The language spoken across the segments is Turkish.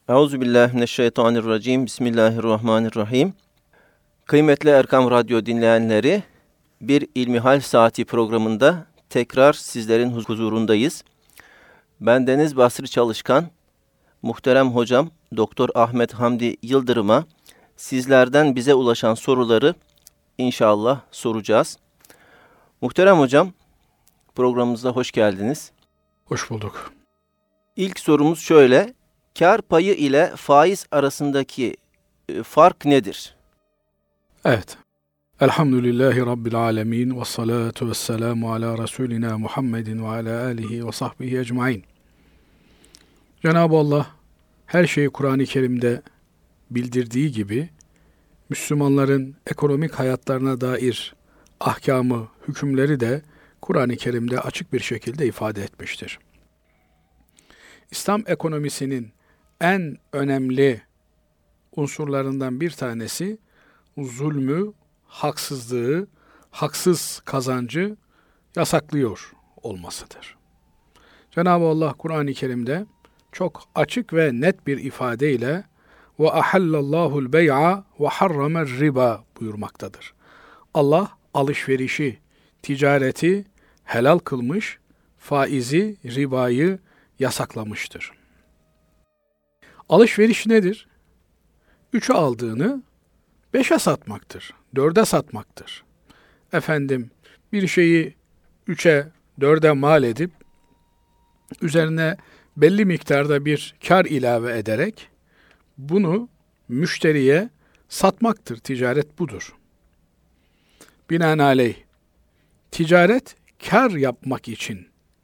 Euzubillahimineşşeytanirracim. Bismillahirrahmanirrahim. Kıymetli Erkam Radyo dinleyenleri, bir İlmihal Saati programında tekrar sizlerin huzurundayız. Bendeniz Basri Çalışkan, muhterem hocam Doktor Ahmet Hamdi Yıldırım'a sizlerden bize ulaşan soruları inşallah soracağız. Muhterem hocam, programımıza hoş geldiniz. Hoş bulduk. İlk sorumuz şöyle: kar payı ile faiz arasındaki fark nedir? Evet. Elhamdülillahi Rabbil alemin ve salatu ve selamu ala Resulina Muhammedin ve ala alihi ve sahbihi ecmain. Cenab-ı Allah her şeyi Kur'an-ı Kerim'de bildirdiği gibi Müslümanların ekonomik hayatlarına dair ahkamı, hükümleri de Kur'an-ı Kerim'de açık bir şekilde ifade etmiştir. İslam ekonomisinin en önemli unsurlarından bir tanesi zulmü, haksızlığı, haksız kazancı yasaklıyor olmasıdır. Cenab-ı Allah Kur'an-ı Kerim'de çok açık ve net bir ifadeyle ve ahallallahu'l bey'a ve harramer riba buyurmaktadır. Allah alışverişi, ticareti helal kılmış, faizi, ribayı yasaklamıştır. Alışveriş nedir? 3'e aldığını 5'e satmaktır, 4'e satmaktır. Bir şeyi 3'e, 4'e mal edip üzerine belli miktarda bir kar ilave ederek bunu müşteriye satmaktır. Ticaret budur. Binaenaleyh ticaret kar yapmak için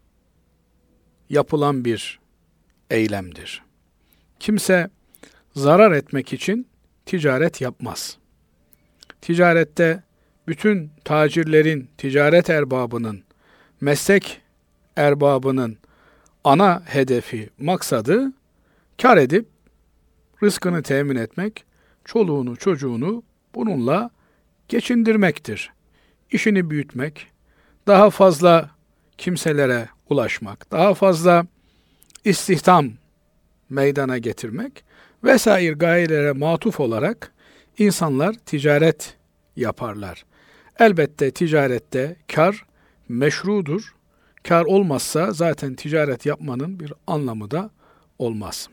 yapılan bir eylemdir. Kimse zarar etmek için ticaret yapmaz. Ticarette bütün tacirlerin, ticaret erbabının, meslek erbabının ana hedefi, maksadı kar edip rızkını temin etmek, çoluğunu, çocuğunu bununla geçindirmektir. İşini büyütmek, daha fazla kimselere ulaşmak, daha fazla istihdam meydana getirmek vesaire gayelere matuf olarak insanlar ticaret yaparlar. Elbette ticarette kar meşrudur. Kar olmazsa zaten ticaret yapmanın bir anlamı da olmaz.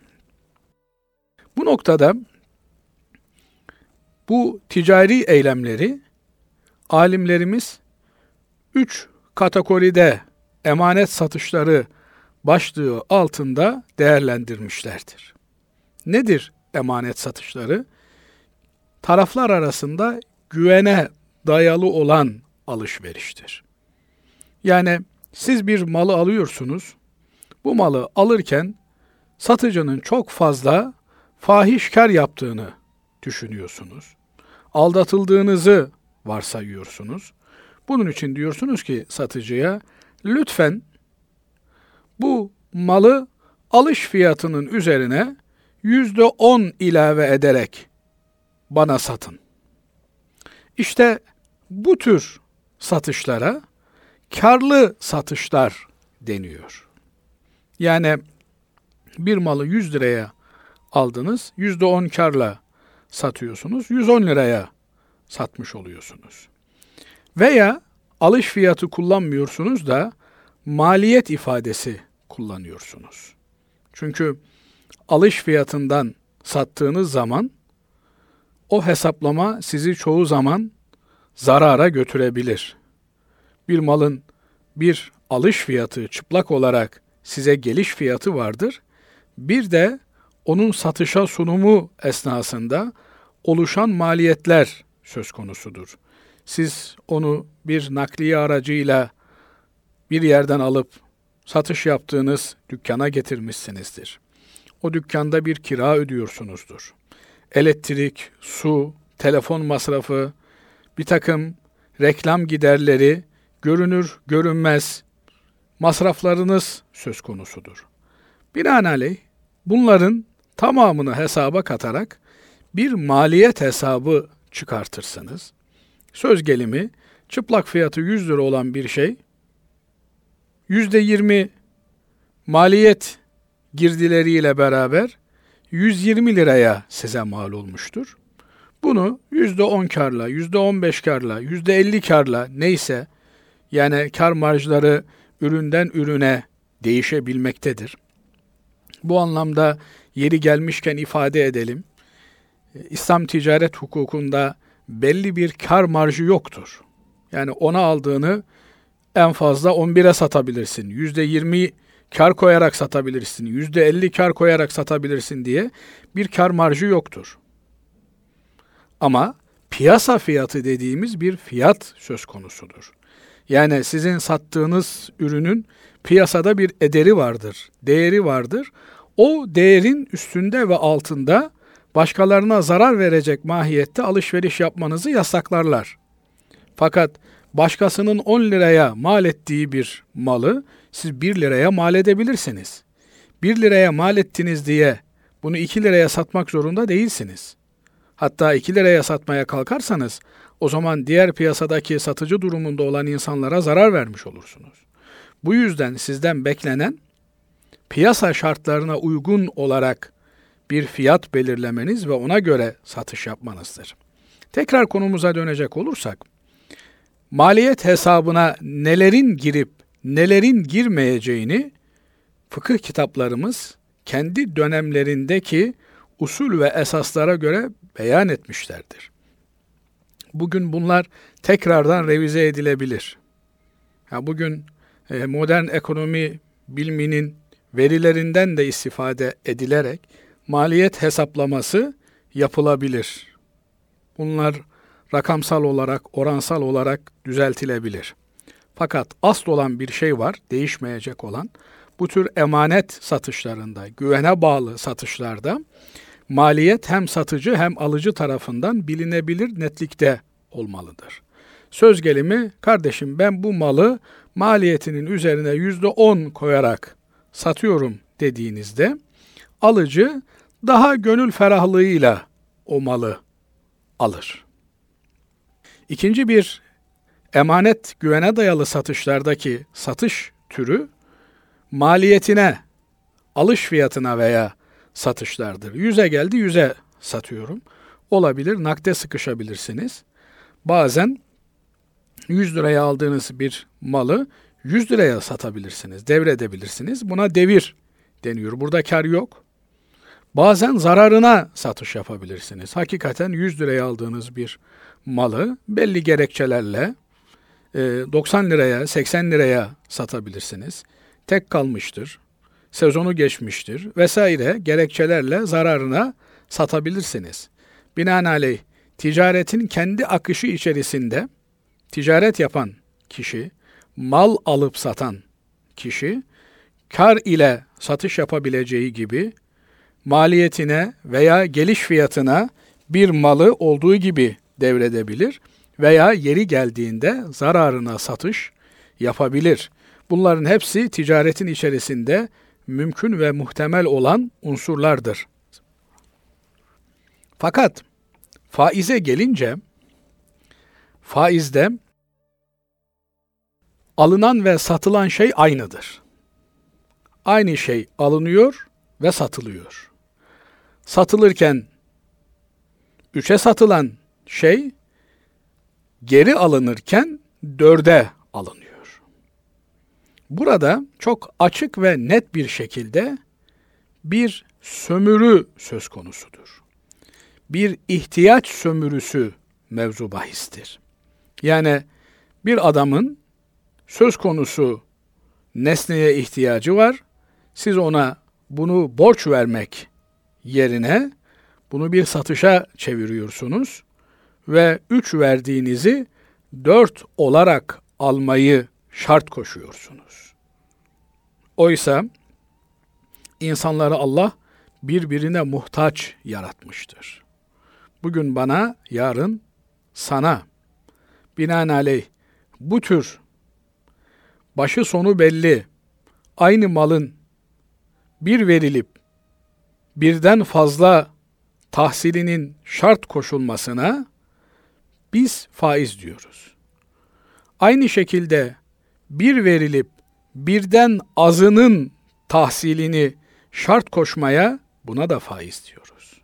Bu noktada bu ticari eylemleri alimlerimiz 3 kategoride emanet satışları başlığı altında değerlendirmişlerdir. Nedir emanet satışları? Taraflar arasında güvene dayalı olan alışveriştir. Yani siz bir malı alıyorsunuz, bu malı alırken satıcının çok fazla fahiş kar yaptığını düşünüyorsunuz. Aldatıldığınızı varsayıyorsunuz. Bunun için diyorsunuz ki satıcıya, lütfen bu malı alış fiyatının üzerine %10 ilave ederek bana satın. İşte bu tür satışlara karlı satışlar deniyor. Yani bir malı 100 liraya aldınız, %10 karla satıyorsunuz, 110 liraya satmış oluyorsunuz. Veya alış fiyatı kullanmıyorsunuz da maliyet ifadesi kullanıyorsunuz. Çünkü alış fiyatından sattığınız zaman o hesaplama sizi çoğu zaman zarara götürebilir. Bir malın bir alış fiyatı çıplak olarak size geliş fiyatı vardır. Bir de onun satışa sunumu esnasında oluşan maliyetler söz konusudur. Siz onu bir nakliye aracıyla bir yerden alıp satış yaptığınız dükkana getirmişsinizdir. O dükkanda bir kira ödüyorsunuzdur. Elektrik, su, telefon masrafı, bir takım reklam giderleri, görünür görünmez masraflarınız söz konusudur. Binaenaleyh bunların tamamını hesaba katarak bir maliyet hesabı çıkartırsınız. Söz gelimi çıplak fiyatı 100 lira olan bir şey %20 maliyet girdileriyle beraber 120 liraya size mal olmuştur. Bunu %10 karla, %15 karla, %50 karla neyse, yani kar marjları üründen ürüne değişebilmektedir. Bu anlamda yeri gelmişken ifade edelim. İslam ticaret hukukunda belli bir kar marjı yoktur. Yani ona aldığını en fazla 11'e satabilirsin. %20 kar koyarak satabilirsin. %50 kar koyarak satabilirsin diye bir kar marjı yoktur. Ama piyasa fiyatı dediğimiz bir fiyat söz konusudur. Yani sizin sattığınız ürünün piyasada bir ederi vardır, değeri vardır. O değerin üstünde ve altında başkalarına zarar verecek mahiyette alışveriş yapmanızı yasaklarlar. Fakat başkasının 10 liraya mal ettiği bir malı siz 1 liraya mal edebilirsiniz. 1 liraya mal ettiniz diye bunu 2 liraya satmak zorunda değilsiniz. Hatta 2 liraya satmaya kalkarsanız o zaman diğer piyasadaki satıcı durumunda olan insanlara zarar vermiş olursunuz. Bu yüzden sizden beklenen piyasa şartlarına uygun olarak bir fiyat belirlemeniz ve ona göre satış yapmanızdır. Tekrar konumuza dönecek olursak, maliyet hesabına nelerin girip nelerin girmeyeceğini fıkıh kitaplarımız kendi dönemlerindeki usul ve esaslara göre beyan etmişlerdir. Bugün bunlar tekrardan revize edilebilir. Bugün modern ekonomi biliminin verilerinden de istifade edilerek maliyet hesaplaması yapılabilir. Bunlar rakamsal olarak, oransal olarak düzeltilebilir. Fakat asıl olan bir şey var, değişmeyecek olan. Bu tür emanet satışlarında, güvene bağlı satışlarda maliyet hem satıcı hem alıcı tarafından bilinebilir netlikte olmalıdır. Söz gelimi, kardeşim ben bu malı maliyetinin üzerine %10 koyarak satıyorum dediğinizde alıcı daha gönül ferahlığıyla o malı alır. İkinci bir emanet güvene dayalı satışlardaki satış türü maliyetine, alış fiyatına veya satışlardır. 100'e geldi 100'e satıyorum. Olabilir, nakde sıkışabilirsiniz. Bazen 100 liraya aldığınız bir malı 100 liraya satabilirsiniz, devredebilirsiniz. Buna devir deniyor. Burada kar yok. Bazen zararına satış yapabilirsiniz. Hakikaten 100 liraya aldığınız bir malı belli gerekçelerle 90 liraya, 80 liraya satabilirsiniz. Tek kalmıştır, sezonu geçmiştir vesaire gerekçelerle zararına satabilirsiniz. Binaenaleyh ticaretin kendi akışı içerisinde ticaret yapan kişi, mal alıp satan kişi, kar ile satış yapabileceği gibi maliyetine veya geliş fiyatına bir malı olduğu gibi devredebilir veya yeri geldiğinde zararına satış yapabilir. Bunların hepsi ticaretin içerisinde mümkün ve muhtemel olan unsurlardır. Fakat faize gelince, faizde alınan ve satılan şey aynıdır. Aynı şey alınıyor ve satılıyor. Satılırken 3'e satılan şey geri alınırken 4'e alınıyor. Burada çok açık ve net bir şekilde bir sömürü söz konusudur. Bir ihtiyaç sömürüsü mevzu bahistir. Yani bir adamın söz konusu nesneye ihtiyacı var. Siz ona bunu borç vermek yerine bunu bir satışa çeviriyorsunuz ve 3 verdiğinizi 4 olarak almayı şart koşuyorsunuz. Oysa insanları Allah birbirine muhtaç yaratmıştır. Bugün bana, yarın sana. Binaenaleyh bu tür başı sonu belli, aynı malın bir verilip birden fazla tahsilinin şart koşulmasına biz faiz diyoruz. Aynı şekilde bir verilip birden azının tahsilini şart koşmaya Buna da faiz diyoruz.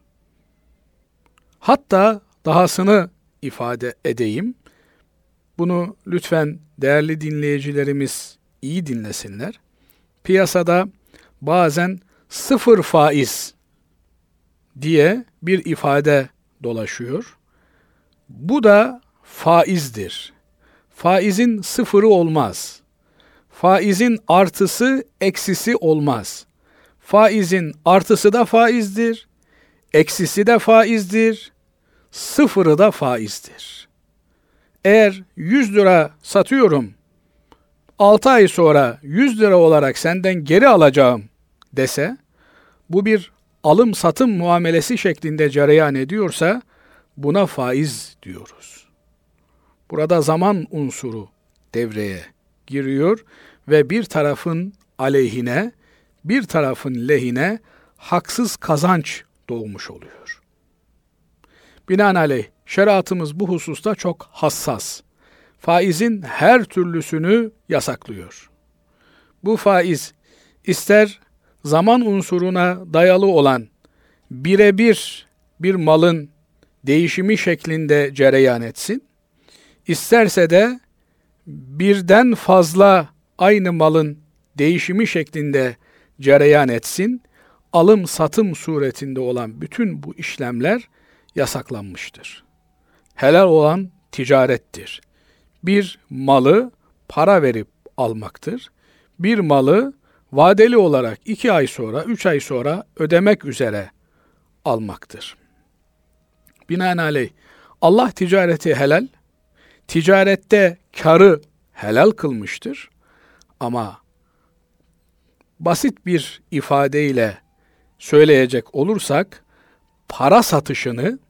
Hatta dahasını ifade edeyim. Bunu lütfen değerli dinleyicilerimiz iyi dinlesinler. Piyasada bazen sıfır faiz diye bir ifade dolaşıyor. Bu da faizdir. Faizin sıfırı olmaz. Faizin artısı, eksisi olmaz. Faizin artısı da faizdir, eksisi de faizdir, sıfırı da faizdir. Eğer 100 lira satıyorum, 6 ay sonra 100 lira olarak senden geri alacağım dese, bu bir alım-satım muamelesi şeklinde cereyan ediyorsa, buna faiz diyoruz. Burada zaman unsuru devreye giriyor ve bir tarafın aleyhine, bir tarafın lehine haksız kazanç doğmuş oluyor. Binaenaleyh şeriatımız bu hususta çok hassas. Faizin her türlüsünü yasaklıyor. Bu faiz ister zaman unsuruna dayalı olan birebir bir malın değişimi şeklinde cereyan etsin, isterse de birden fazla aynı malın değişimi şeklinde cereyan etsin, alım-satım suretinde olan bütün bu işlemler yasaklanmıştır. Helal olan ticarettir. Bir malı para verip almaktır. Bir malı vadeli olarak 2 ay sonra, 3 ay sonra ödemek üzere almaktır. Binaenaleyh Allah ticareti helal, ticarette karı helal kılmıştır. Ama basit bir ifadeyle söyleyecek olursak, para satışını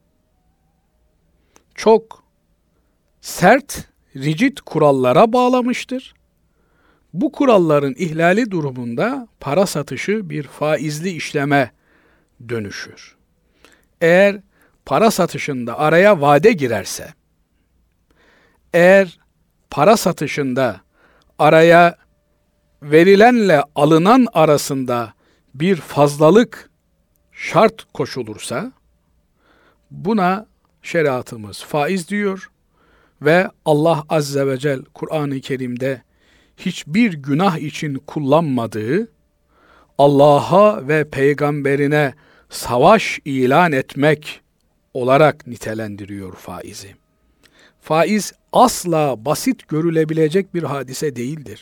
çok sert, rigid kurallara bağlamıştır. Bu kuralların ihlali durumunda para satışı bir faizli işleme dönüşür. Eğer para satışında araya vade girerse, eğer para satışında araya verilenle alınan arasında bir fazlalık şart koşulursa, buna şeriatımız faiz diyor ve Allah Azze ve Celle Kur'an-ı Kerim'de hiçbir günah için kullanmadığı, Allah'a ve peygamberine savaş ilan etmek olarak nitelendiriyor faizi. Faiz asla basit görülebilecek bir hadise değildir.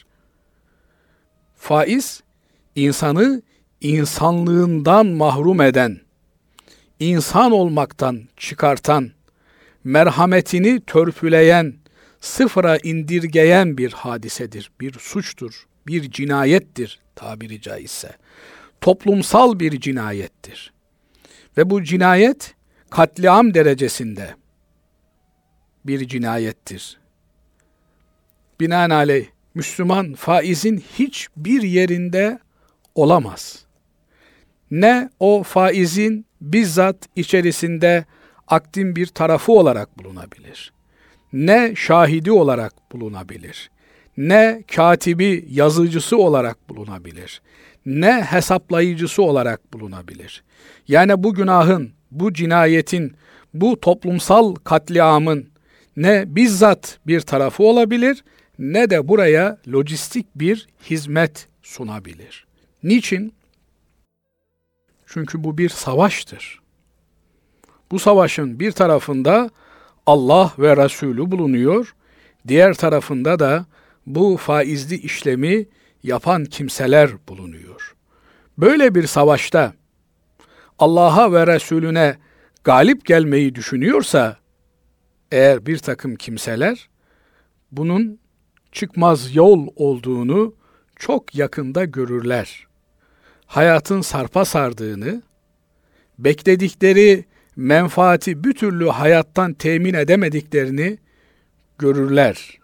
Faiz, insanı insanlığından mahrum eden, insan olmaktan çıkartan, merhametini törpüleyen, sıfıra indirgeyen bir hadisedir, bir suçtur, bir cinayettir tabiri caizse. Toplumsal bir cinayettir. Ve bu cinayet katliam derecesinde bir cinayettir. Binaenaleyh Müslüman faizin hiçbir yerinde olamaz. Ne o faizin bizzat içerisinde akdin bir tarafı olarak bulunabilir, ne şahidi olarak bulunabilir, ne katibi yazıcısı olarak bulunabilir, ne hesaplayıcısı olarak bulunabilir. Yani bu günahın, bu cinayetin, bu toplumsal katliamın ne bizzat bir tarafı olabilir, ne de buraya lojistik bir hizmet sunabilir. Niçin? Çünkü bu bir savaştır. Bu savaşın bir tarafında Allah ve Resulü bulunuyor, diğer tarafında da bu faizli işlemi yapan kimseler bulunuyor. Böyle bir savaşta Allah'a ve Resulüne galip gelmeyi düşünüyorsa, eğer bir takım kimseler, bunun çıkmaz yol olduğunu çok yakında görürler. Hayatın sarpa sardığını, bekledikleri menfaati bir türlü hayattan temin edemediklerini görürler.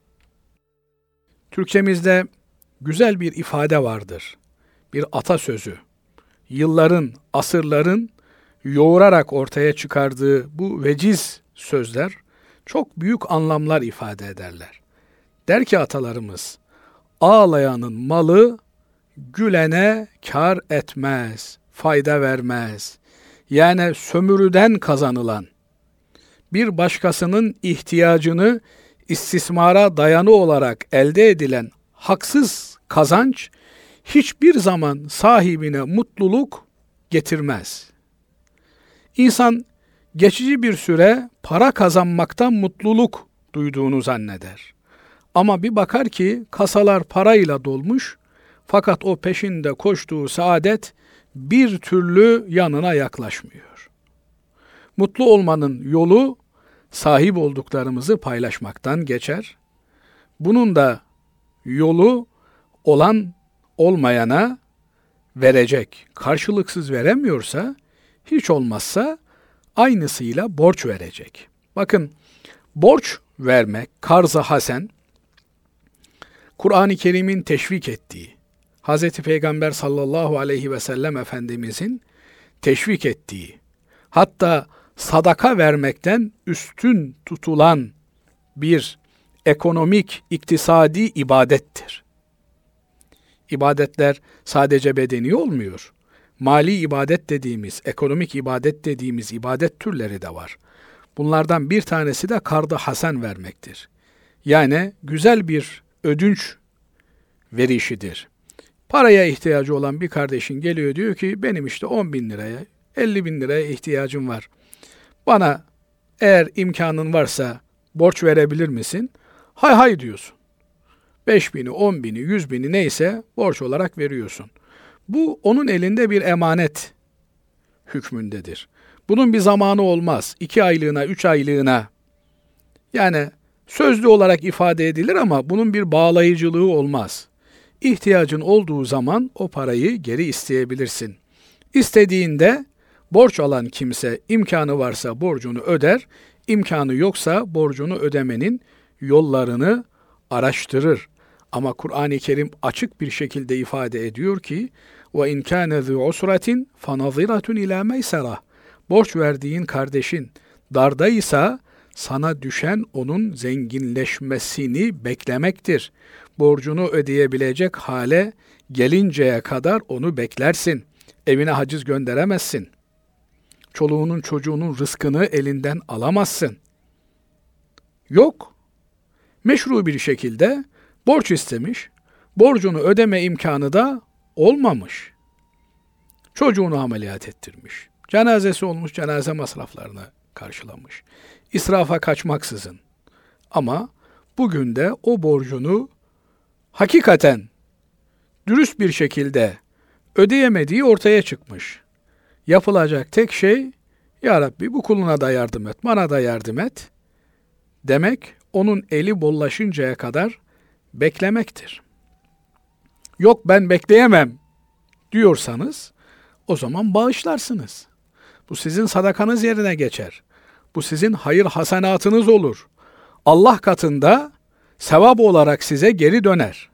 Türkçemizde güzel bir ifade vardır. Bir atasözü. Yılların, asırların yoğurarak ortaya çıkardığı bu veciz sözler çok büyük anlamlar ifade ederler. Der ki atalarımız, ağlayanın malı gülene kar etmez. fayda vermez. Yani sömürüden kazanılan, bir başkasının ihtiyacını istismara dayanı olarak elde edilen haksız kazanç hiçbir zaman sahibine mutluluk getirmez. İnsan geçici bir süre para kazanmaktan mutluluk duyduğunu zanneder. Ama bir bakar ki kasalar parayla dolmuş, fakat o peşinde koştuğu saadet bir türlü yanına yaklaşmıyor. Mutlu olmanın yolu sahip olduklarımızı paylaşmaktan geçer. Bunun da yolu olan olmayana verecek. Karşılıksız veremiyorsa hiç olmazsa aynısıyla borç verecek. Bakın, borç vermek, karz-ı hasen, Kur'an-ı Kerim'in teşvik ettiği, Hz. Peygamber sallallahu aleyhi ve sellem Efendimizin teşvik ettiği, hatta sadaka vermekten üstün tutulan bir ekonomik, iktisadi ibadettir. İbadetler sadece bedeni olmuyor. Mali ibadet dediğimiz, ekonomik ibadet dediğimiz ibadet türleri de var. Bunlardan bir tanesi de kard-ı hasen vermektir. Yani güzel bir ödünç verişidir. Paraya ihtiyacı olan bir kardeşin geliyor, diyor ki benim işte 10 bin liraya, 50 bin liraya ihtiyacım var. Bana eğer imkanın varsa borç verebilir misin? Hay hay diyorsun. 5 bini, 10 bini, 100 bini neyse borç olarak veriyorsun. Bu onun elinde bir emanet hükmündedir. Bunun bir zamanı olmaz. 2 aylığına, 3 aylığına, yani sözlü olarak ifade edilir ama bunun bir bağlayıcılığı olmaz. İhtiyacın olduğu zaman o parayı geri isteyebilirsin. İstediğinde borç alan kimse imkanı varsa borcunu öder, imkanı yoksa borcunu ödemenin yollarını araştırır. Ama Kur'an-ı Kerim açık bir şekilde ifade ediyor ki وَاِنْ كَانَ ذُو عُسْرَةٍ فَنَظِرَةٌ اِلَى مَيْسَرَةٍ Borç verdiğin kardeşin dardaysa sana düşen onun zenginleşmesini beklemektir. Borcunu ödeyebilecek hale gelinceye kadar onu beklersin. Evine haciz gönderemezsin. Çoluğunun çocuğunun rızkını elinden alamazsın. Yok. Meşru bir şekilde borç istemiş, borcunu ödeme imkanı da olmamış. Çocuğunu ameliyat ettirmiş. Cenazesi olmuş, cenaze masraflarını karşılamış. İsrafa kaçmaksızın. Ama bugün de o borcunu hakikaten dürüst bir şekilde ödeyemediği ortaya çıkmış. Yapılacak tek şey, Ya Rabbi bu kuluna da yardım et, bana da yardım et demek, onun eli bollaşıncaya kadar beklemektir. Yok ben bekleyemem diyorsanız o zaman bağışlarsınız. Bu sizin sadakanız yerine geçer. Bu sizin hayır hasenatınız olur. Allah katında sevap olarak size geri döner.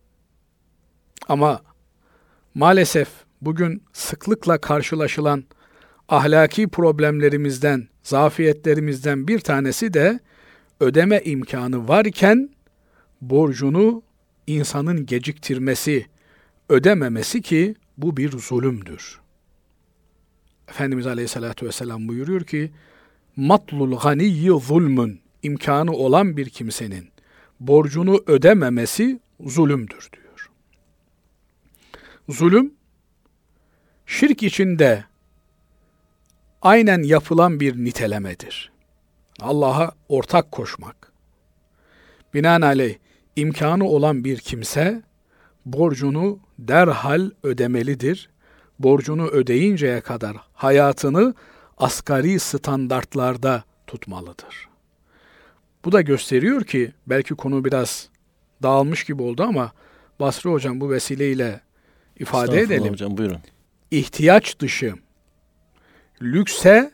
Ama maalesef bugün sıklıkla karşılaşılan ahlaki problemlerimizden, zafiyetlerimizden bir tanesi de ödeme imkanı varken borcunu insanın geciktirmesi, ödememesi, ki bu bir zulümdür. Efendimiz Aleyhisselatü Vesselam buyuruyor ki matlul ganiyyi zulmün, imkanı olan bir kimsenin borcunu ödememesi zulümdür diyor. Zulüm, şirk içinde aynen yapılan bir nitelemedir. Allah'a ortak koşmak. Binaenaleyh imkanı olan bir kimse borcunu derhal ödemelidir. Borcunu ödeyinceye kadar hayatını asgari standartlarda tutmalıdır. Bu da gösteriyor ki, belki konu biraz dağılmış gibi oldu ama Basri Hocam bu vesileyle ifade edelim. Hocam buyurun. İhtiyaç dışı lükse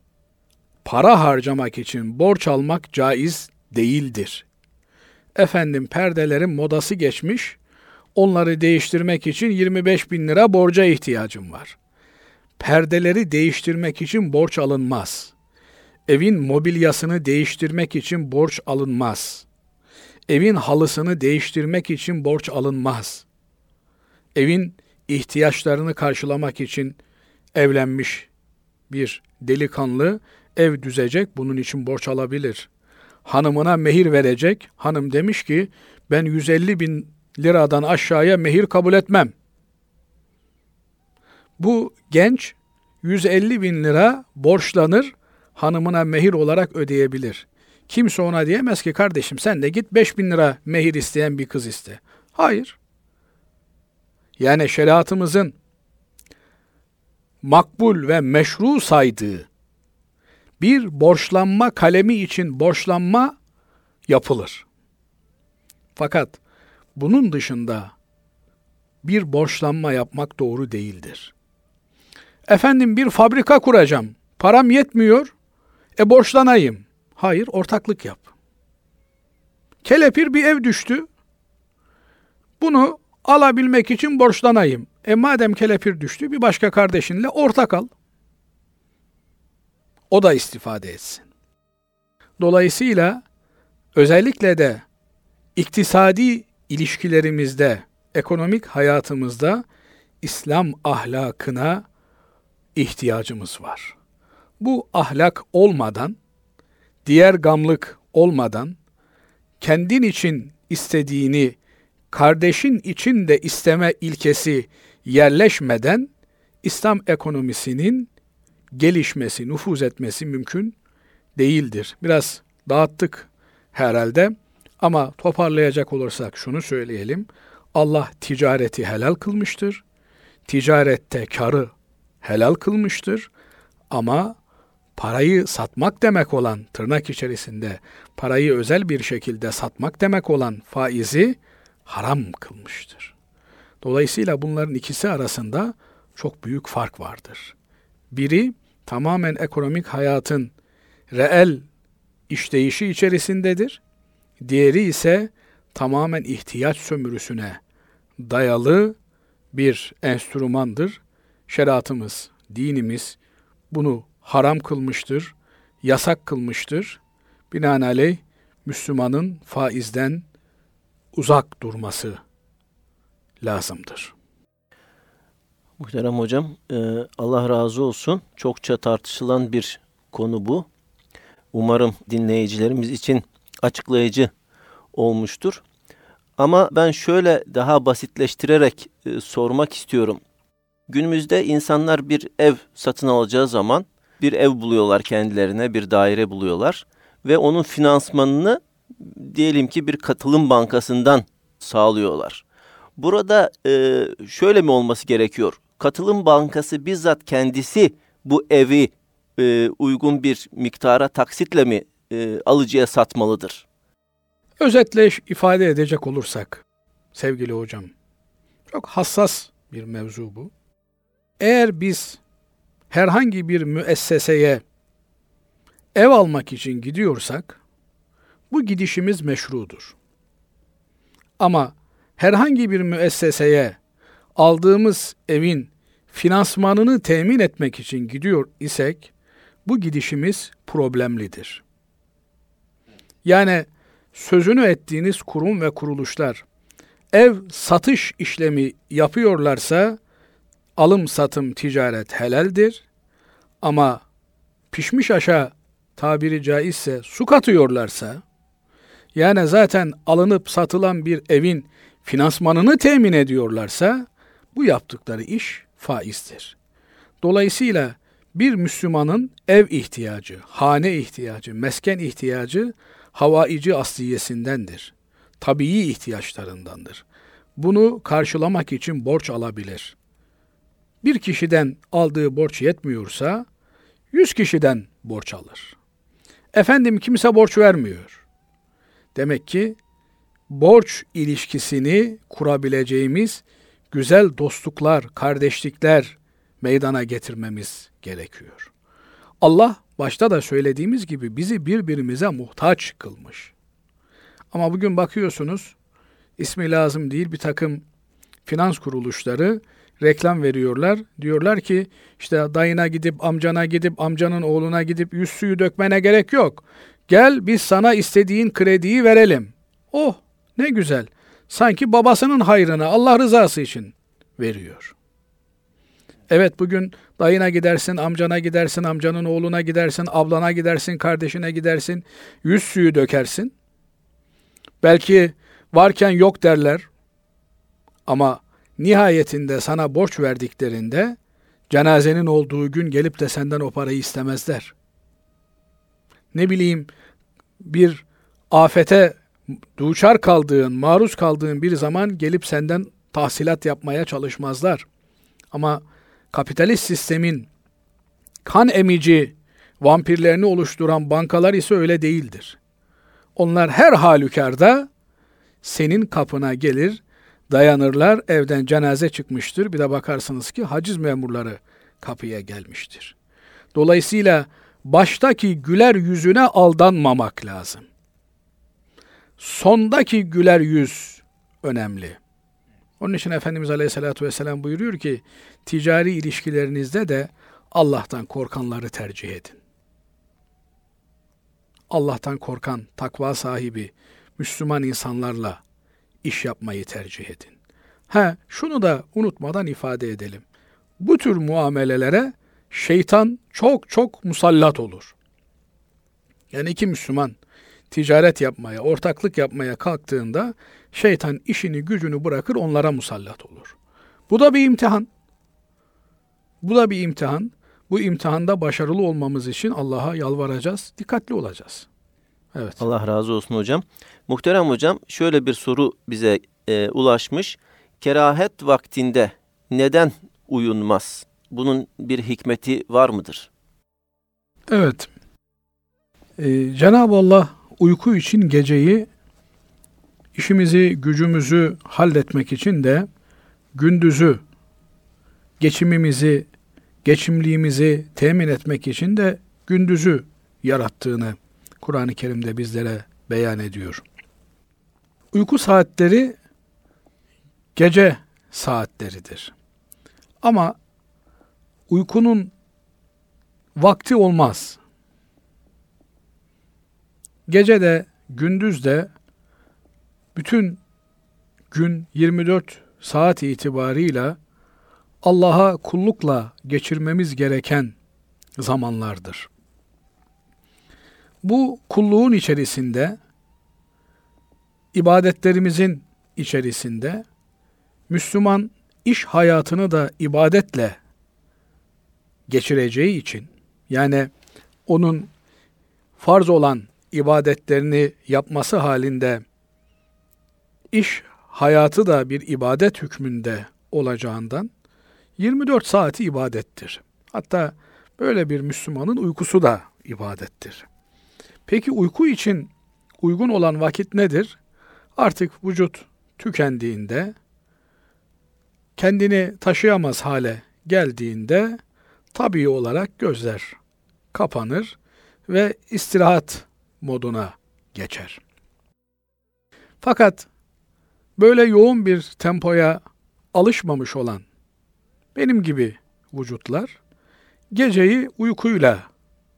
para harcamak için borç almak caiz değildir. Efendim perdelerin modası geçmiş, onları değiştirmek için 25 bin lira borca ihtiyacım var. Perdeleri değiştirmek için borç alınmaz. Evin mobilyasını değiştirmek için borç alınmaz. Evin halısını değiştirmek için borç alınmaz. Evin ihtiyaçlarını karşılamak için evlenmiş bir delikanlı ev düzecek, bunun için borç alabilir. Hanımına mehir verecek, hanım demiş ki ben 150 bin liradan aşağıya mehir kabul etmem. Bu genç 150 bin lira borçlanır, hanımına mehir olarak ödeyebilir. Kimse ona diyemez ki kardeşim sen de git 5 bin lira mehir isteyen bir kız iste. Hayır. Yani şeriatımızın makbul ve meşru saydığı bir borçlanma kalemi için borçlanma yapılır. Fakat bunun dışında bir borçlanma yapmak doğru değildir. Efendim bir fabrika kuracağım, param yetmiyor, borçlanayım. Hayır, ortaklık yap. Kelepir bir ev düştü, bunu alabilmek için borçlanayım. Madem kelepir düştü, bir başka kardeşinle ortak al. O da istifade etsin. Dolayısıyla özellikle de iktisadi ilişkilerimizde, ekonomik hayatımızda İslam ahlakına ihtiyacımız var. Bu ahlak olmadan, diğer gamlık olmadan, kendin için istediğini kardeşin için de isteme ilkesi yerleşmeden İslam ekonomisinin gelişmesi, nüfuz etmesi mümkün değildir. Biraz dağıttık herhalde ama toparlayacak olursak şunu söyleyelim. Allah ticareti helal kılmıştır. Ticarette karı helal kılmıştır. Ama parayı satmak demek olan, tırnak içerisinde parayı özel bir şekilde satmak demek olan faizi haram kılmıştır. Dolayısıyla bunların ikisi arasında çok büyük fark vardır. Biri tamamen ekonomik hayatın reel işleyişi içerisindedir. Diğeri ise tamamen ihtiyaç sömürüsüne dayalı bir enstrümandır. Şeriatımız, dinimiz bunu haram kılmıştır, yasak kılmıştır. Binaenaleyh Müslümanın faizden uzak durması lazımdır. Muhterem hocam, Allah razı olsun. Çokça tartışılan bir konu bu. Umarım dinleyicilerimiz için açıklayıcı olmuştur. Ama ben şöyle daha basitleştirerek sormak istiyorum. Günümüzde insanlar bir ev satın alacağı zaman bir ev buluyorlar kendilerine, bir daire buluyorlar ve onun finansmanını diyelim ki bir katılım bankasından sağlıyorlar. Burada şöyle mi olması gerekiyor? Katılım bankası bizzat kendisi bu evi uygun bir miktara taksitle mi alıcıya satmalıdır? Özetle ifade edecek olursak sevgili hocam, çok hassas bir mevzu bu. Eğer biz herhangi bir müesseseye ev almak için gidiyorsak bu gidişimiz meşrudur. Ama herhangi bir müesseseye aldığımız evin finansmanını temin etmek için gidiyor isek bu gidişimiz problemlidir. Yani sözünü ettiğiniz kurum ve kuruluşlar ev satış işlemi yapıyorlarsa alım satım ticaret helaldir. Ama pişmiş aşa tabiri caizse su katıyorlarsa, yani zaten alınıp satılan bir evin finansmanını temin ediyorlarsa bu yaptıkları iş faizdir. Dolayısıyla bir Müslümanın ev ihtiyacı, hane ihtiyacı, mesken ihtiyacı havaici asliyesindendir. Tabii ihtiyaçlarındandır. Bunu karşılamak için borç alabilir. Bir kişiden aldığı borç yetmiyorsa 100 kişiden borç alır. Efendim kimse borç vermiyor. Demek ki borç ilişkisini kurabileceğimiz güzel dostluklar, kardeşlikler meydana getirmemiz gerekiyor. Allah başta da söylediğimiz gibi bizi birbirimize muhtaç kılmış. Ama bugün bakıyorsunuz ismi lazım değil bir takım finans kuruluşları reklam veriyorlar. Diyorlar ki işte dayına gidip amcana gidip amcanın oğluna gidip yüz suyu dökmene gerek yok. Gel biz sana istediğin krediyi verelim. Oh ne güzel. Sanki babasının hayrına Allah rızası için veriyor. Evet bugün Dayına gidersin, amcana gidersin, amcanın oğluna gidersin, ablana gidersin, kardeşine gidersin. Yüz suyu dökersin. Belki varken yok derler. Ama nihayetinde sana borç verdiklerinde cenazenin olduğu gün gelip de senden o parayı istemezler. Ne bileyim, bir afete duçar kaldığın, maruz kaldığın bir zaman gelip senden tahsilat yapmaya çalışmazlar. Ama kapitalist sistemin kan emici vampirlerini oluşturan bankalar ise öyle değildir. Onlar her halükarda senin kapına gelir, dayanırlar, evden cenaze çıkmıştır. Bir de bakarsınız ki haciz memurları kapıya gelmiştir. Dolayısıyla baştaki güler yüzüne aldanmamak lazım. Sondaki güler yüz önemli. Onun için Efendimiz Aleyhisselatü Vesselam buyuruyor ki, ticari ilişkilerinizde de Allah'tan korkanları tercih edin. Allah'tan korkan, takva sahibi, Müslüman insanlarla iş yapmayı tercih edin. Şunu da unutmadan ifade edelim. Bu tür muamelelere şeytan çok çok musallat olur. Yani iki Müslüman ticaret yapmaya, ortaklık yapmaya kalktığında şeytan işini gücünü bırakır, onlara musallat olur. Bu da bir imtihan. Bu da bir imtihan. Bu imtihanda başarılı olmamız için Allah'a yalvaracağız, dikkatli olacağız. Evet. Allah razı olsun hocam. Muhterem hocam, şöyle bir soru bize ulaşmış. Kerahet vaktinde neden uyunmaz? Bunun bir hikmeti var mıdır? Evet. Cenab-ı Allah uyku için geceyi, işimizi, gücümüzü halletmek için de gündüzü, geçimliğimizi temin etmek için de gündüzü yarattığını Kur'an-ı Kerim'de bizlere beyan ediyor. Uyku saatleri gece saatleridir. Ama uykunun vakti olmaz. Gece de gündüz de bütün gün 24 saat itibarıyla Allah'a kullukla geçirmemiz gereken zamanlardır. Bu kulluğun içerisinde, ibadetlerimizin içerisinde Müslüman iş hayatını da ibadetle geçireceği için, yani onun farz olan ibadetlerini yapması halinde iş hayatı da bir ibadet hükmünde olacağından 24 saati ibadettir. Hatta böyle bir Müslümanın uykusu da ibadettir. Peki uyku için uygun olan vakit nedir? Artık vücut tükendiğinde, kendini taşıyamaz hale geldiğinde tabii olarak gözler kapanır ve istirahat moduna geçer. Fakat böyle yoğun bir tempoya alışmamış olan benim gibi vücutlar geceyi uykuyla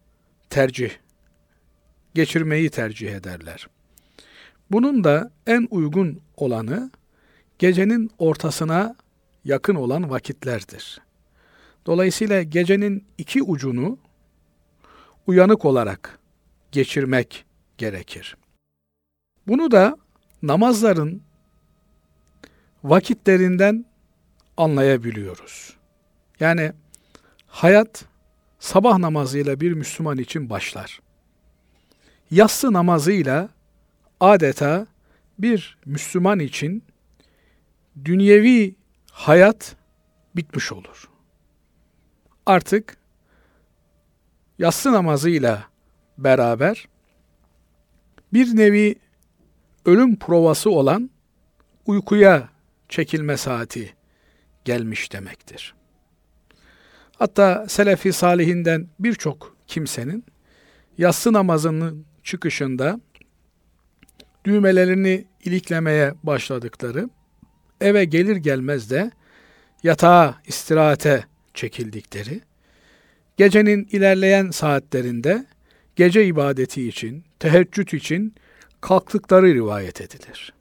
geçirmeyi tercih ederler. Bunun da en uygun olanı gecenin ortasına yakın olan vakitlerdir. Dolayısıyla gecenin iki ucunu uyanık olarak geçirmek gerekir. Bunu da namazların vakitlerinden anlayabiliyoruz. Yani hayat sabah namazıyla bir Müslüman için başlar. Yatsı namazıyla adeta bir Müslüman için dünyevi hayat bitmiş olur. Artık yatsı namazıyla beraber bir nevi ölüm provası olan uykuya çekilme saati gelmiş demektir. Hatta Selefi Salihinden birçok kimsenin yatsı namazının çıkışında düğmelerini iliklemeye başladıkları, eve gelir gelmez de yatağa, istirahate çekildikleri, gecenin ilerleyen saatlerinde gece ibadeti için, teheccüd için kalktıkları rivayet edilir.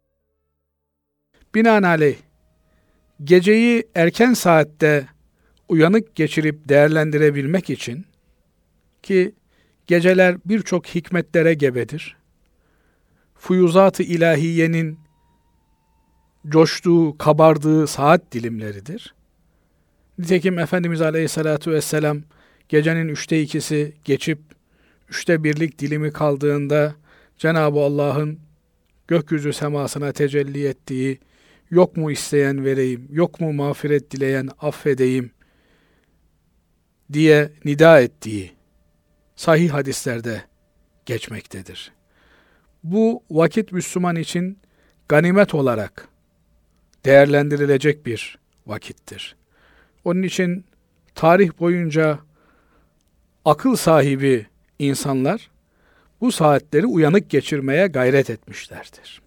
Binaenaleyh geceyi erken saatte uyanık geçirip değerlendirebilmek için, ki geceler birçok hikmetlere gebedir, fuyuzat-ı ilahiyenin coştuğu, kabardığı saat dilimleridir. Nitekim Efendimiz Aleyhisselatü Vesselam gecenin 2/3'ü geçip 1/3 dilimi kaldığında Cenab-ı Allah'ın gökyüzü semasına tecelli ettiği, yok mu isteyen vereyim, yok mu mağfiret dileyen affedeyim diye nida ettiği sahih hadislerde geçmektedir. Bu vakit Müslüman için ganimet olarak değerlendirilecek bir vakittir. Onun için tarih boyunca akıl sahibi insanlar bu saatleri uyanık geçirmeye gayret etmişlerdir.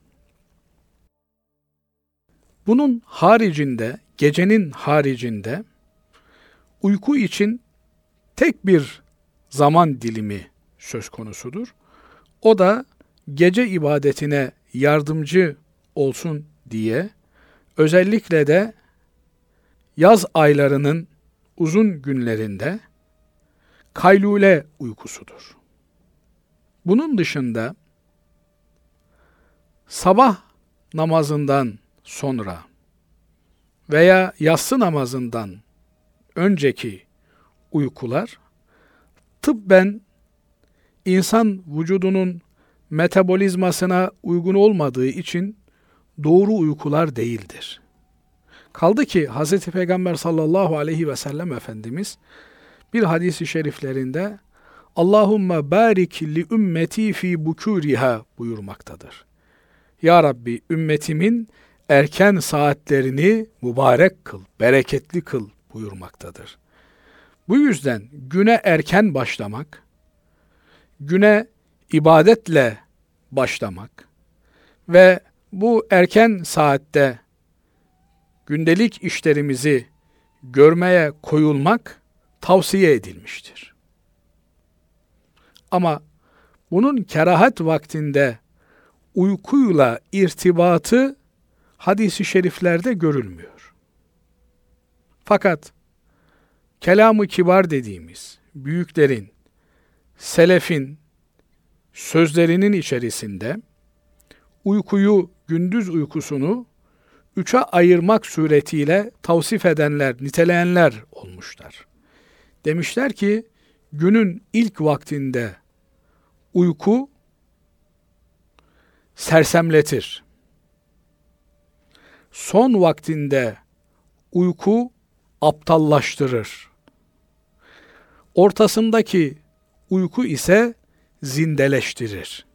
Bunun haricinde, gecenin haricinde uyku için tek bir zaman dilimi söz konusudur. O da gece ibadetine yardımcı olsun diye özellikle de yaz aylarının uzun günlerinde kaylule uykusudur. Bunun dışında sabah namazından sonra veya yatsı namazından önceki uykular tıbben insan vücudunun metabolizmasına uygun olmadığı için doğru uykular değildir. Kaldı ki Hz. Peygamber sallallahu aleyhi ve sellem Efendimiz bir hadis-i şeriflerinde Allahümme barik li ümmeti fi bukuriha buyurmaktadır. Ya Rabbi ümmetimin erken saatlerini mübarek kıl, bereketli kıl buyurmaktadır. Bu yüzden güne erken başlamak, güne ibadetle başlamak ve bu erken saatte gündelik işlerimizi görmeye koyulmak tavsiye edilmiştir. Ama bunun kerahat vaktinde uykuyla irtibatı hadis-i şeriflerde görülmüyor. Fakat kelam-ı kibar dediğimiz büyüklerin, selefin sözlerinin içerisinde uykuyu, gündüz uykusunu 3'e ayırmak suretiyle tavsif edenler, niteleyenler olmuşlar. Demişler ki, günün ilk vaktinde uyku sersemletir. Son vaktinde uyku aptallaştırır. Ortasındaki uyku ise zindeleştirir.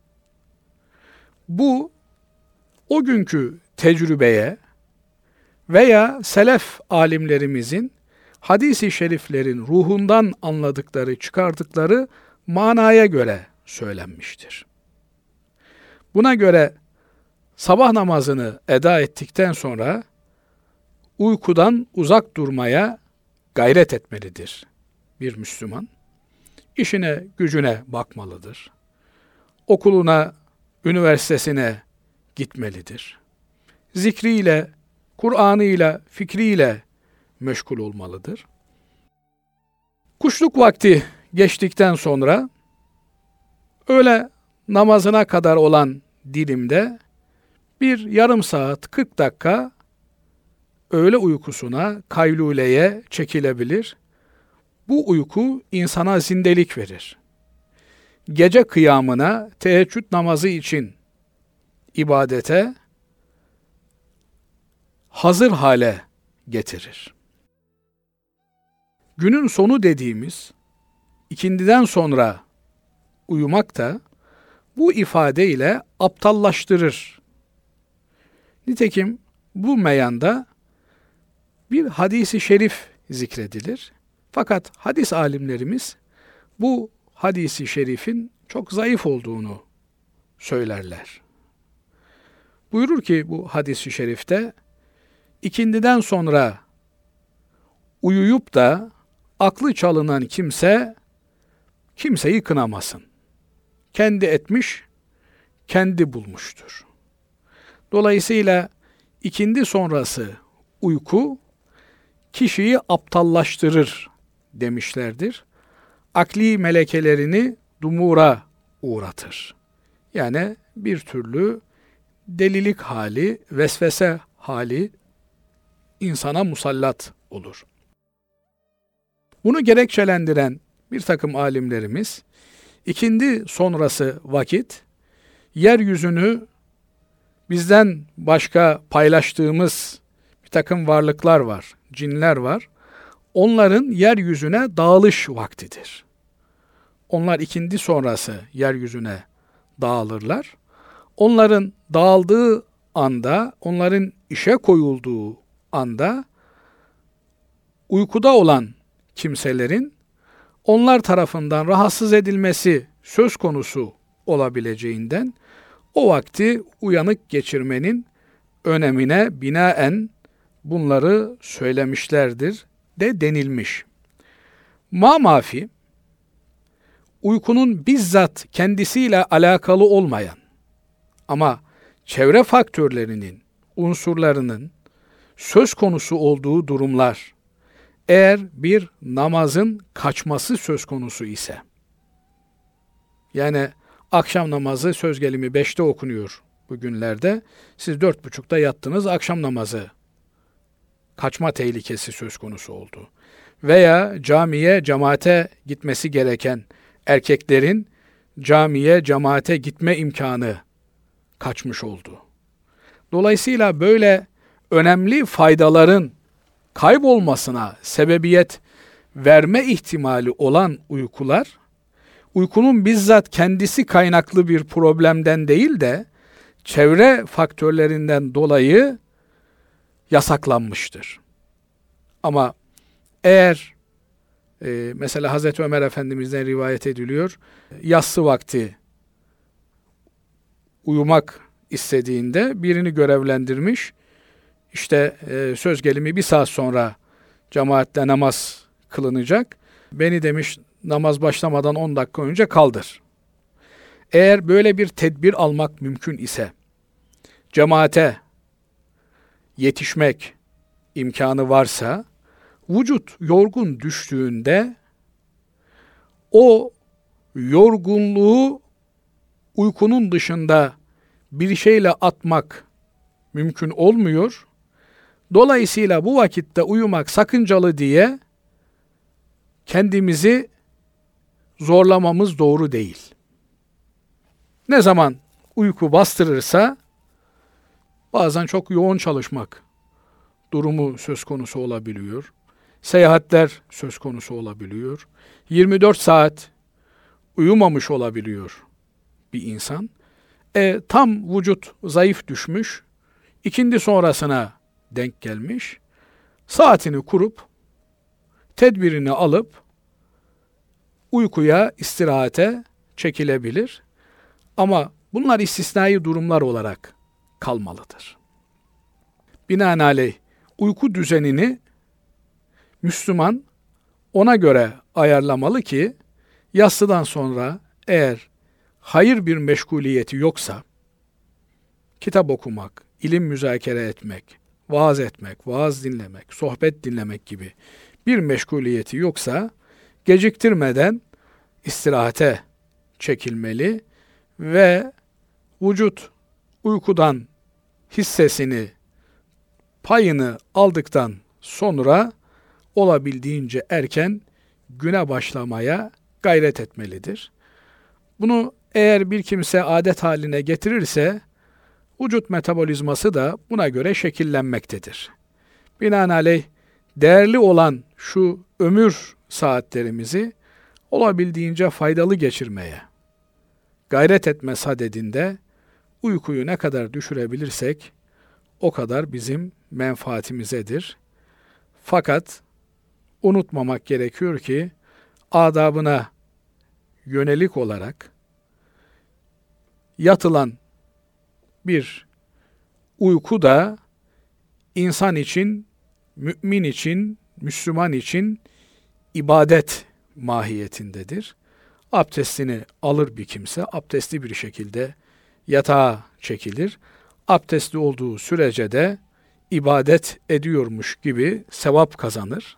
Bu, o günkü tecrübeye veya selef alimlerimizin hadis-i şeriflerin ruhundan anladıkları, çıkardıkları manaya göre söylenmiştir. Buna göre sabah namazını eda ettikten sonra uykudan uzak durmaya gayret etmelidir bir Müslüman. İşine, gücüne bakmalıdır. Okuluna, üniversitesine gitmelidir. Zikriyle, Kur'an'ıyla, fikriyle meşgul olmalıdır. Kuşluk vakti geçtikten sonra öğle namazına kadar olan dilimde bir yarım saat, 40 dakika öğle uykusuna, kayluleye çekilebilir. Bu uyku insana zindelik verir. Gece kıyamına, teheccüd namazı için ibadete hazır hale getirir. Günün sonu dediğimiz ikindiden sonra uyumak da bu ifadeyle aptallaştırır. Nitekim bu meyanda bir hadisi şerif zikredilir. Fakat hadis alimlerimiz bu hadisi şerifin çok zayıf olduğunu söylerler. Buyurur ki bu hadis-i şerifte, ikindiden sonra uyuyup da aklı çalınan kimse kimseyi kınamasın. Kendi etmiş, kendi bulmuştur. Dolayısıyla ikindi sonrası uyku kişiyi aptallaştırır demişlerdir. Akli melekelerini dumura uğratır. Yani bir türlü delilik hali, vesvese hali insana musallat olur. Bunu gerekçelendiren bir takım alimlerimiz, ikindi sonrası vakit, yeryüzünü bizden başka paylaştığımız bir takım varlıklar var, cinler var. Onların yeryüzüne dağılış vaktidir. Onlar ikindi sonrası yeryüzüne dağılırlar. Onların dağıldığı anda, onların işe koyulduğu anda uykuda olan kimselerin onlar tarafından rahatsız edilmesi söz konusu olabileceğinden o vakti uyanık geçirmenin önemine binaen bunları söylemişlerdir de denilmiş. Mamafi, uykunun bizzat kendisiyle alakalı olmayan ama çevre faktörlerinin, unsurlarının söz konusu olduğu durumlar, eğer bir namazın kaçması söz konusu ise, yani akşam namazı söz gelimi 5'te okunuyor bugünlerde, siz 4.30'da yattınız, akşam namazı kaçma tehlikesi söz konusu oldu. Veya camiye, cemaate gitmesi gereken erkeklerin camiye, cemaate gitme imkanı kaçmış oldu. Dolayısıyla böyle önemli faydaların kaybolmasına sebebiyet verme ihtimali olan uykular, uykunun bizzat kendisi kaynaklı bir problemden değil de çevre faktörlerinden dolayı yasaklanmıştır. Ama eğer mesela Hazreti Ömer Efendimiz'den rivayet ediliyor, yatsı vakti uyumak istediğinde birini görevlendirmiş, İşte söz gelimi 1 saat sonra cemaatle namaz kılınacak. Beni demiş namaz başlamadan 10 dakika önce kaldır. Eğer böyle bir tedbir almak mümkün ise cemaate yetişmek imkanı varsa vücut yorgun düştüğünde o yorgunluğu uykunun dışında bir şeyle atmak mümkün olmuyor. Dolayısıyla bu vakitte uyumak sakıncalı diye kendimizi zorlamamız doğru değil. Ne zaman uyku bastırırsa bazen çok yoğun çalışmak durumu söz konusu olabiliyor. Seyahatler söz konusu olabiliyor. 24 saat uyumamış olabiliyor bir insan. Tam vücut zayıf düşmüş, ikindi sonrasına denk gelmiş, saatini kurup, tedbirini alıp, uykuya, istirahate çekilebilir. Ama bunlar istisnai durumlar olarak kalmalıdır. Binaenaleyh uyku düzenini Müslüman ona göre ayarlamalı ki, yatsıdan sonra eğer hayır bir meşguliyeti yoksa, kitap okumak, ilim müzakere etmek, vaaz dinlemek, sohbet dinlemek gibi bir meşguliyeti yoksa, geciktirmeden istirahate çekilmeli ve vücut uykudan hissesini, payını aldıktan sonra olabildiğince erken güne başlamaya gayret etmelidir. Bunu eğer bir kimse adet haline getirirse, vücut metabolizması da buna göre şekillenmektedir. Binaenaleyh değerli olan şu ömür saatlerimizi olabildiğince faydalı geçirmeye gayret etme sadedinde uykuyu ne kadar düşürebilirsek o kadar bizim menfaatimizedir. Fakat unutmamak gerekiyor ki adabına yönelik olarak yatılan bir uyku da insan için, mümin için, Müslüman için ibadet mahiyetindedir. Abdestini alır bir kimse, abdestli bir şekilde yatağa çekilir. Abdestli olduğu sürece de ibadet ediyormuş gibi sevap kazanır.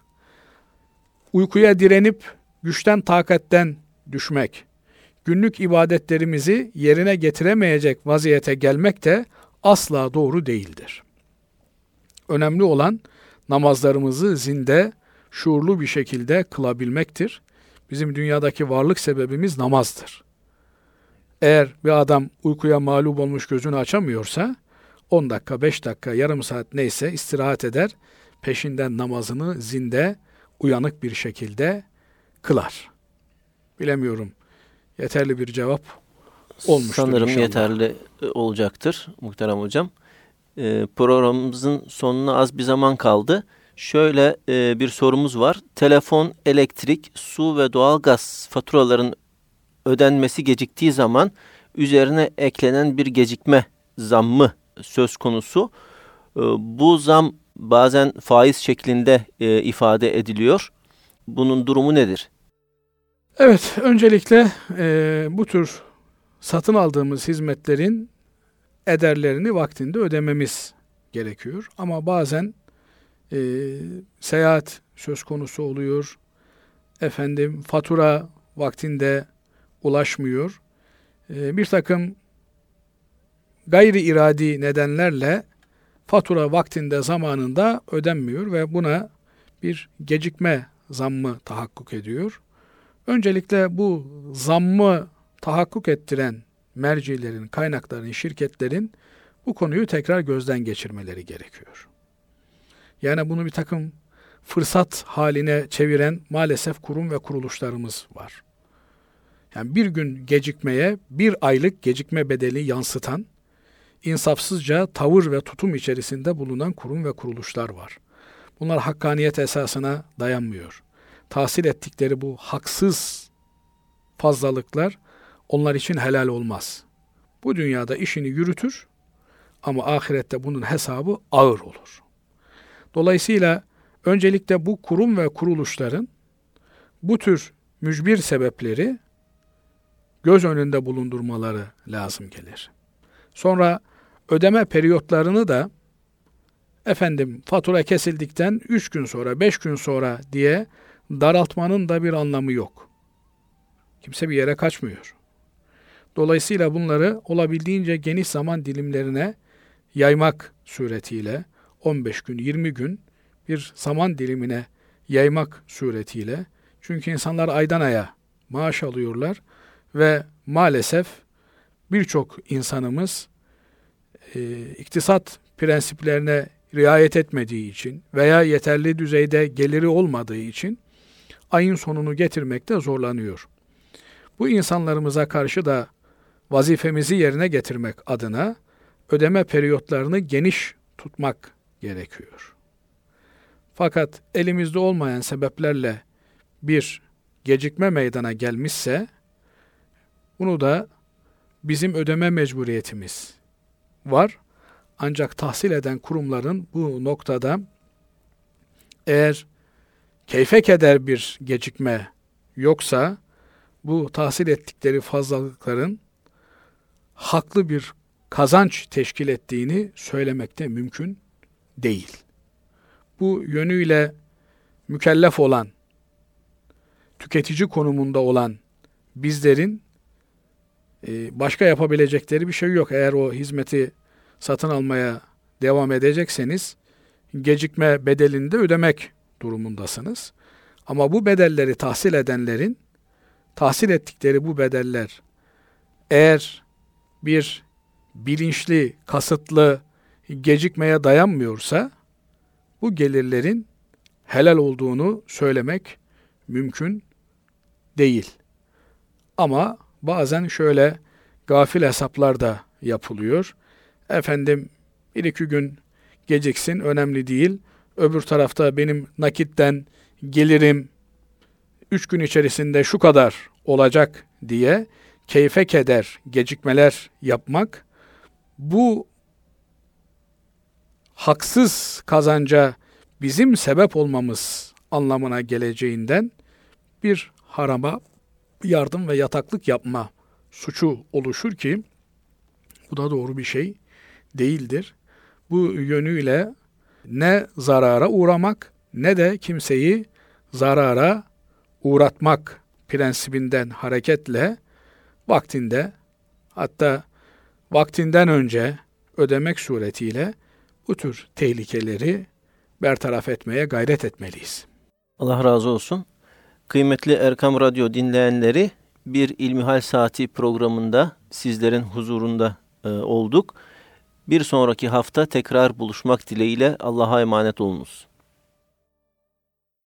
Uykuya direnip güçten takatten düşmek, günlük ibadetlerimizi yerine getiremeyecek vaziyete gelmek de asla doğru değildir. Önemli olan namazlarımızı zinde, şuurlu bir şekilde kılabilmektir. Bizim dünyadaki varlık sebebimiz namazdır. Eğer bir adam uykuya mağlup olmuş gözünü açamıyorsa 10 dakika, 5 dakika, yarım saat neyse istirahat eder. Peşinden namazını zinde, uyanık bir şekilde kılar. Bilemiyorum. Yeterli bir cevap olmuştur Sanırım inşallah. yeterli olacaktır muhterem hocam. Programımızın sonuna az bir zaman kaldı. Şöyle bir sorumuz var. Telefon, elektrik, su ve doğalgaz faturaların ödenmesi geciktiği zaman üzerine eklenen bir gecikme zammı söz konusu. Bu zam bazen faiz şeklinde ifade ediliyor. Bunun durumu nedir? Evet, öncelikle bu tür satın aldığımız hizmetlerin ederlerini vaktinde ödememiz gerekiyor. Ama bazen seyahat söz konusu oluyor. Fatura vaktinde ulaşmıyor. Bir takım gayri iradi nedenlerle fatura vaktinde zamanında ödenmiyor ve buna bir gecikme zammı tahakkuk ediyor. Öncelikle bu zammı tahakkuk ettiren mercilerin, kaynakların, şirketlerin bu konuyu tekrar gözden geçirmeleri gerekiyor. Yani bunu bir takım fırsat haline çeviren maalesef kurum ve kuruluşlarımız var. Yani bir gün gecikmeye bir aylık gecikme bedeli yansıtan, insafsızca tavır ve tutum içerisinde bulunan kurum ve kuruluşlar var. Bunlar hakkaniyet esasına dayanmıyor. Tahsil ettikleri bu haksız fazlalıklar onlar için helal olmaz. Bu dünyada işini yürütür ama ahirette bunun hesabı ağır olur. Dolayısıyla öncelikle bu kurum ve kuruluşların bu tür mücbir sebepleri göz önünde bulundurmaları lazım gelir. Sonra ödeme periyotlarını da fatura kesildikten 3 gün sonra, 5 gün sonra diye daraltmanın da bir anlamı yok. Kimse bir yere kaçmıyor. Dolayısıyla bunları olabildiğince geniş zaman dilimlerine yaymak suretiyle 15 gün, 20 gün bir zaman dilimine yaymak suretiyle, çünkü insanlar aydan aya maaş alıyorlar ve maalesef birçok insanımız iktisat prensiplerine riayet etmediği için veya yeterli düzeyde geliri olmadığı için ayın sonunu getirmekte zorlanıyor. Bu insanlarımıza karşı da vazifemizi yerine getirmek adına ödeme periyotlarını geniş tutmak gerekiyor. Fakat elimizde olmayan sebeplerle bir gecikme meydana gelmişse bunu da bizim ödeme mecburiyetimiz var. Ancak tahsil eden kurumların bu noktada eğer keyfe keder bir gecikme yoksa bu tahsil ettikleri fazlalıkların haklı bir kazanç teşkil ettiğini söylemekte mümkün değil. Bu yönüyle mükellef olan, tüketici konumunda olan bizlerin başka yapabilecekleri bir şey yok. Eğer o hizmeti satın almaya devam edecekseniz gecikme bedelini de ödemek durumundasınız. Ama bu bedelleri tahsil edenlerin tahsil ettikleri bu bedeller eğer bir bilinçli, kasıtlı gecikmeye dayanmıyorsa bu gelirlerin helal olduğunu söylemek mümkün değil. Ama bazen şöyle gafil hesaplar da yapılıyor. Bir iki gün geciksin, önemli değil. Öbür tarafta benim nakitten gelirim 3 gün içerisinde şu kadar olacak diye keyfe keder gecikmeler yapmak, bu haksız kazanca bizim sebep olmamız anlamına geleceğinden bir harama yardım ve yataklık yapma suçu oluşur ki bu da doğru bir şey değildir. Bu yönüyle ne zarara uğramak ne de kimseyi zarara uğratmak prensibinden hareketle vaktinde, hatta vaktinden önce ödemek suretiyle bu tür tehlikeleri bertaraf etmeye gayret etmeliyiz. Allah razı olsun. Kıymetli Erkam Radyo dinleyenleri, bir İlmihal Saati programında sizlerin huzurunda olduk. Bir sonraki hafta tekrar buluşmak dileğiyle Allah'a emanet olunuz.